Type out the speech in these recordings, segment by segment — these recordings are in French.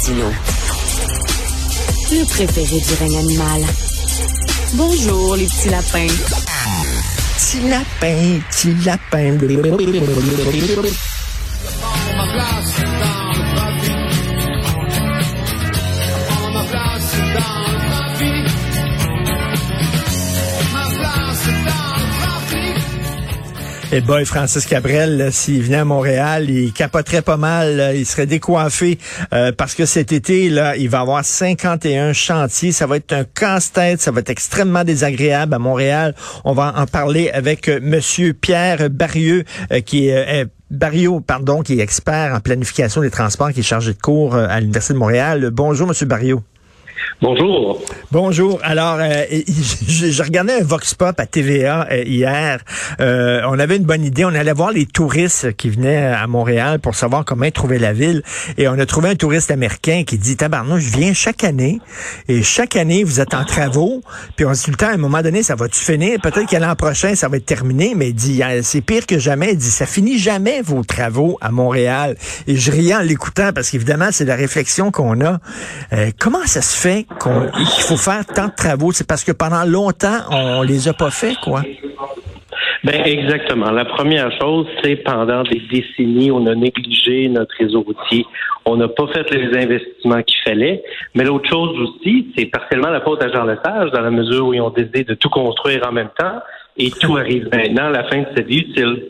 Martineau. Le préféré du règne animal. Bonjour, les petits lapins. Petit lapin, petit lapin. Et boy, Francis Cabrel, là, s'il venait à Montréal, il capoterait pas mal, là, il serait décoiffé parce que cet été, là, il va y avoir 51 chantiers. Ça va être un casse-tête, ça va être extrêmement désagréable à Montréal. On va en parler avec Monsieur Pierre Barrieux, qui est qui est expert en planification des transports, qui est chargé de cours à l'Université de Montréal. Bonjour, Monsieur Barrieux. Bonjour. Bonjour. Alors, je regardais un Vox Pop à TVA hier. On avait une bonne idée. On allait voir les touristes qui venaient à Montréal pour savoir comment ils trouvaient la ville. Et on a trouvé un touriste américain qui dit, tabarnouche, je viens chaque année. Et chaque année, vous êtes en travaux. Puis on se dit tout le temps, à un moment donné, ça va-tu finir? Peut-être que l'an prochain, ça va être terminé. Mais il dit, c'est pire que jamais. Il dit, ça finit jamais vos travaux à Montréal. Et je riais en l'écoutant parce qu'évidemment, c'est la réflexion qu'on a. Comment ça se fait qu'il faut faire tant de travaux? C'est parce que pendant longtemps, on les a pas fait, quoi. Ben exactement. La première chose, c'est pendant des décennies, on a négligé notre réseau routier. On n'a pas fait les investissements qu'il fallait. Mais l'autre chose aussi, c'est partiellement la faute à Jean Lesage, dans la mesure où ils ont décidé de tout construire en même temps, et tout arrive maintenant à la fin de sa vie utile.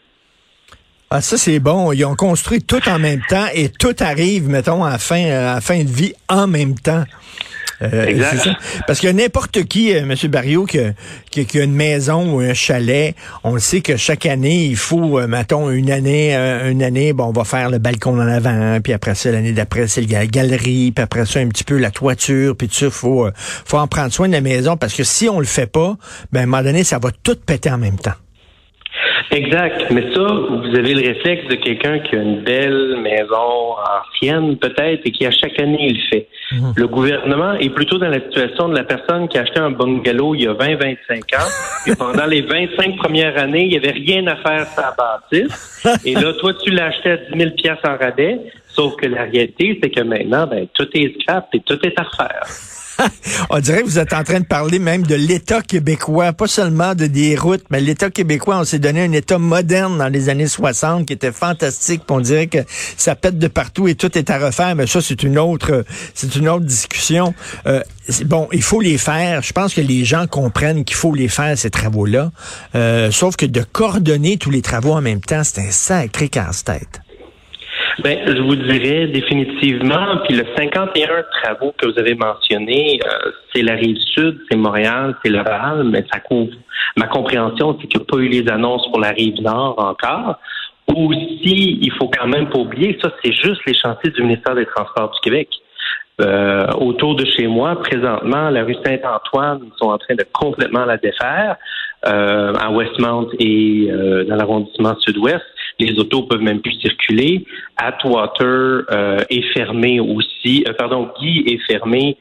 Ah, ça, c'est bon. Ils ont construit tout en même temps et tout arrive, mettons, à la fin de vie en même temps. Exact. C'est ça. Parce que n'importe qui, M. Barrieux, qui a une maison ou un chalet, on le sait que chaque année, il faut, mettons, une année, bon, on va faire le balcon en avant, puis après ça, l'année d'après, c'est la galerie, puis après ça, un petit peu la toiture, puis tout ça, faut en prendre soin de la maison, parce que si on le fait pas, ben, à un moment donné, ça va tout péter en même temps. Exact. Mais ça, vous avez le réflexe de quelqu'un qui a une belle maison ancienne, peut-être, et qui à chaque année, il le fait. Mmh. Le gouvernement est plutôt dans la situation de la personne qui a acheté un bungalow il y a 20-25 ans, et pendant les 25 premières années, il n'y avait rien à faire sur la bâtisse. Et là, toi, tu l'as acheté à 10 000 $ en rabais, sauf que la réalité, c'est que maintenant, ben, tout est scrap et tout est à refaire. On dirait que vous êtes en train de parler même de l'État québécois, pas seulement des routes, mais l'État québécois, on s'est donné un État moderne dans les années 60 qui était fantastique, puis on dirait que ça pète de partout et tout est à refaire, mais ça, c'est une autre discussion. Bon, il faut les faire. Je pense que les gens comprennent qu'il faut les faire, ces travaux-là. Sauf que de coordonner tous les travaux en même temps, c'est un sacré casse-tête. Ben, je vous dirais définitivement, puis le 51 travaux que vous avez mentionnés, c'est la Rive-Sud, c'est Montréal, c'est Laval, mais ça couvre. Ma compréhension, c'est qu'il n'y a pas eu les annonces pour la Rive-Nord encore. Aussi, il faut quand même pas oublier, ça, c'est juste les chantiers du ministère des Transports du Québec. Autour de chez moi, présentement, la rue Saint-Antoine, ils sont en train de complètement la défaire, à Westmount et dans l'arrondissement sud-ouest. Les autos peuvent même plus circuler. Atwater est fermé aussi. Guy est fermé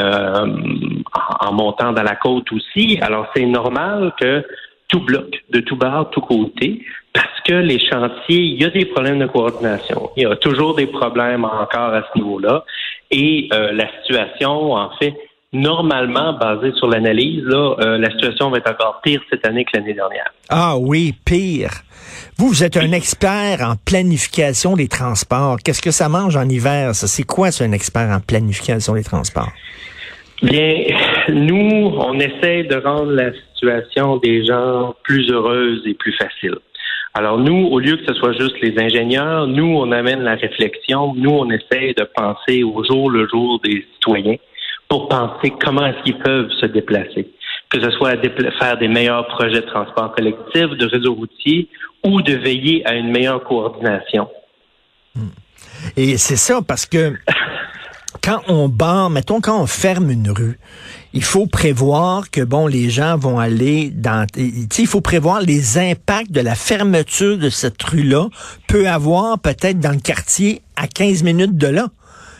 en montant dans la côte aussi. Alors, c'est normal que tout bloque, de tout bord, tout côté, parce que les chantiers, il y a des problèmes de coordination. Il y a toujours des problèmes encore à ce niveau-là. Et la situation, en fait, normalement, basée sur l'analyse, là, la situation va être encore pire cette année que l'année dernière. Ah oui, pire. Vous êtes un expert en planification des transports. Qu'est-ce que ça mange en hiver, ça? C'est quoi, ça, un expert en planification des transports? Bien, nous, on essaie de rendre la situation des gens plus heureuse et plus facile. Alors nous, au lieu que ce soit juste les ingénieurs, nous, on amène la réflexion. Nous, on essaie de penser au jour le jour des citoyens pour penser comment est-ce qu'ils peuvent se déplacer. Que ce soit faire des meilleurs projets de transport collectif, de réseau routier ou de veiller à une meilleure coordination. Et c'est ça, parce que quand on ferme une rue, il faut prévoir que, les gens vont aller il faut prévoir les impacts de la fermeture de cette rue-là peut avoir peut-être dans le quartier à 15 minutes de là.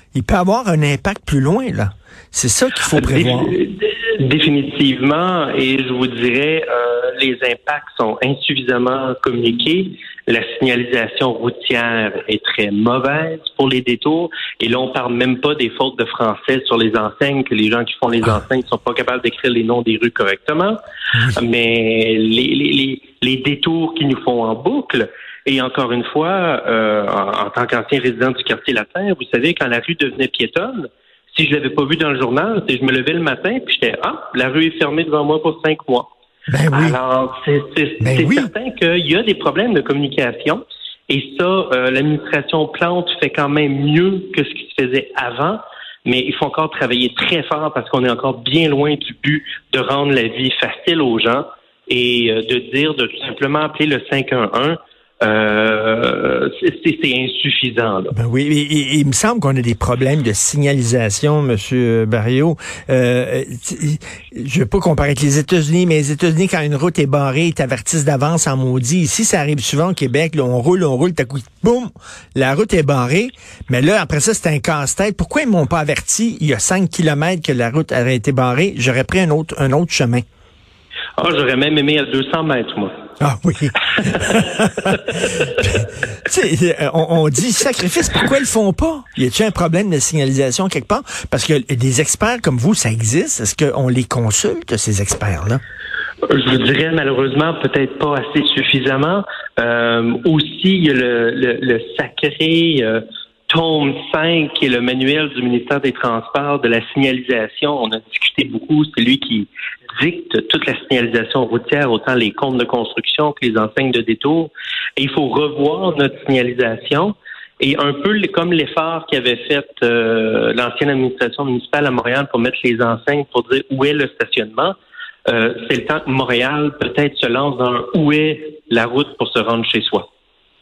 il peut avoir un impact plus loin, là. C'est ça qu'il faut prévoir. Définitivement, et je vous dirais, les impacts sont insuffisamment communiqués. La signalisation routière est très mauvaise pour les détours. Et là, on parle même pas des fautes de français sur les enseignes, que les gens qui font les enseignes sont pas capables d'écrire les noms des rues correctement. Mais les détours qui nous font en boucle. Et encore une fois, en tant qu'ancien résident du quartier latin, vous savez, quand la rue devenait piétonne, si je l'avais pas vu dans le journal, c'est je me levais le matin puis j'étais la rue est fermée devant moi pour 5 mois. Ben oui. Alors c'est certain qu'il y a des problèmes de communication et ça l'administration Plante fait quand même mieux que ce qui se faisait avant, mais il faut encore travailler très fort parce qu'on est encore bien loin du but de rendre la vie facile aux gens et de dire de tout simplement appeler le 511. C'est insuffisant. Là. Ben oui, il me semble qu'on a des problèmes de signalisation, Monsieur Barrio. Je veux pas comparer avec les États-Unis, mais les États-Unis, quand une route est barrée, ils t'avertissent d'avance en maudit. Ici, ça arrive souvent au Québec. Là, on roule, t'as coup, boum, la route est barrée. Mais là, après ça, c'est un casse-tête. Pourquoi ils m'ont pas averti il y a 5 kilomètres que la route avait été barrée? J'aurais pris un autre chemin. J'aurais même aimé à 200 mètres, moi. Ah oui. on dit sacrifice, pourquoi ils le font pas? Y a-t-il un problème de signalisation quelque part? Parce que des experts comme vous, ça existe. Est-ce qu'on les consulte, ces experts-là? Je vous dirais malheureusement peut-être pas assez suffisamment. Aussi, il y a le sacré tome 5 qui est le manuel du ministère des Transports de la signalisation. On a discuté beaucoup, c'est lui qui dicte toute la signalisation routière, autant les comptes de construction que les enseignes de détour. Et il faut revoir notre signalisation. Et un peu comme l'effort qu'avait fait l'ancienne administration municipale à Montréal pour mettre les enseignes pour dire où est le stationnement, c'est le temps que Montréal peut-être se lance dans où est la route pour se rendre chez soi.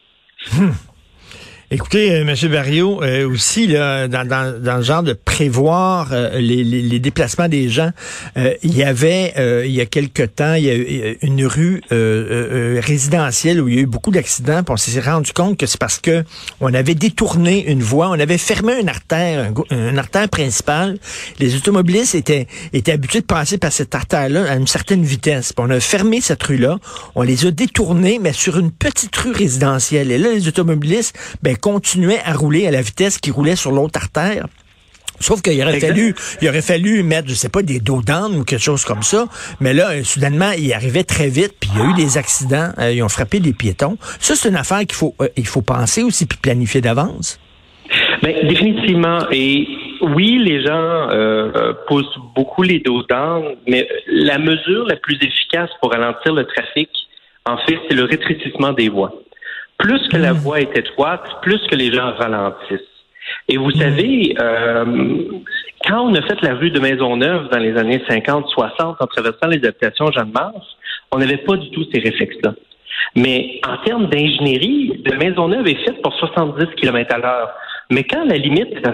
Écoutez, M. Barrio, aussi là, dans le genre de prévoir les déplacements des gens, il y avait il y a quelque temps, il y a eu une rue résidentielle où il y a eu beaucoup d'accidents. Puis on s'est rendu compte que c'est parce que on avait détourné une voie, on avait fermé une artère principale. Les automobilistes étaient habitués de passer par cette artère-là à une certaine vitesse. Puis on a fermé cette rue-là, on les a détournés, mais sur une petite rue résidentielle. Et là, les automobilistes, continuait à rouler à la vitesse qui roulait sur l'autre artère. Sauf qu'il aurait fallu mettre, je sais pas, des dos d'âne ou quelque chose comme ça. Mais là, soudainement, il arrivait très vite, puis il y a eu des accidents, ils ont frappé des piétons. Ça, c'est une affaire il faut penser aussi puis planifier d'avance. Ben, définitivement. Et oui, les gens poussent beaucoup les dos d'âne, mais la mesure la plus efficace pour ralentir le trafic, en fait, c'est le rétrécissement des voies. Plus que la voie est étroite, plus que les gens ralentissent. Et vous savez, quand on a fait la rue de Maisonneuve dans les années 50-60 en traversant les habitations Jeanne-Mance, on n'avait pas du tout ces réflexes-là. Mais en termes d'ingénierie, de Maisonneuve est faite pour 70 km/h. Mais quand la limite est à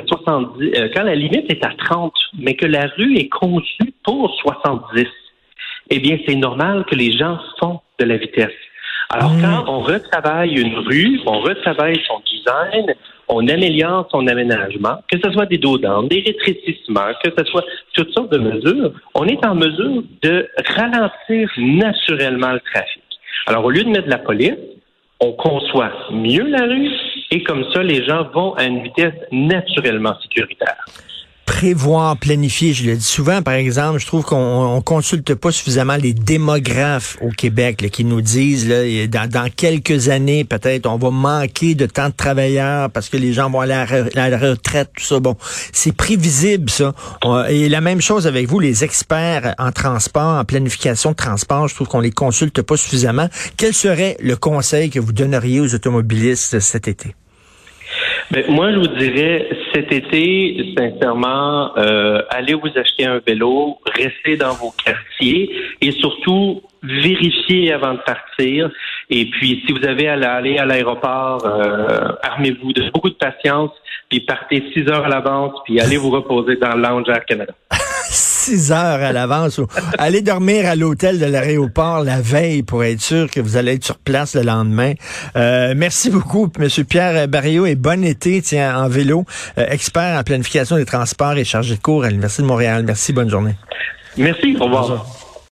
30, mais que la rue est conçue pour 70, eh bien, c'est normal que les gens font de la vitesse. Alors, quand on retravaille une rue, on retravaille son design, on améliore son aménagement, que ce soit des dos d'âne, des rétrécissements, que ce soit toutes sortes de mesures, on est en mesure de ralentir naturellement le trafic. Alors, au lieu de mettre de la police, on conçoit mieux la rue et comme ça, les gens vont à une vitesse naturellement sécuritaire. Prévoir, planifier, je le dis souvent, par exemple, je trouve qu'on consulte pas suffisamment les démographes au Québec là, qui nous disent là, dans quelques années, peut-être, on va manquer de temps de travailleurs parce que les gens vont aller à la retraite, tout ça. Bon, c'est prévisible, ça. Et la même chose avec vous, les experts en transport, en planification de transport, je trouve qu'on les consulte pas suffisamment. Quel serait le conseil que vous donneriez aux automobilistes cet été? Ben, moi, je vous dirais, cet été, sincèrement, allez vous acheter un vélo, restez dans vos quartiers et surtout, vérifiez avant de partir. Et puis, si vous avez à aller à l'aéroport, armez-vous de beaucoup de patience, puis partez 6 heures à l'avance, puis allez vous reposer dans le lounge Air Canada. 6 heures à l'avance. Ou allez dormir à l'hôtel de l'aéroport la veille pour être sûr que vous allez être sur place le lendemain. Merci beaucoup, M. Pierre Barriot, et bon été, en vélo, expert en planification des transports et chargé de cours à l'Université de Montréal. Merci, bonne journée. Merci, au revoir. Bonjour.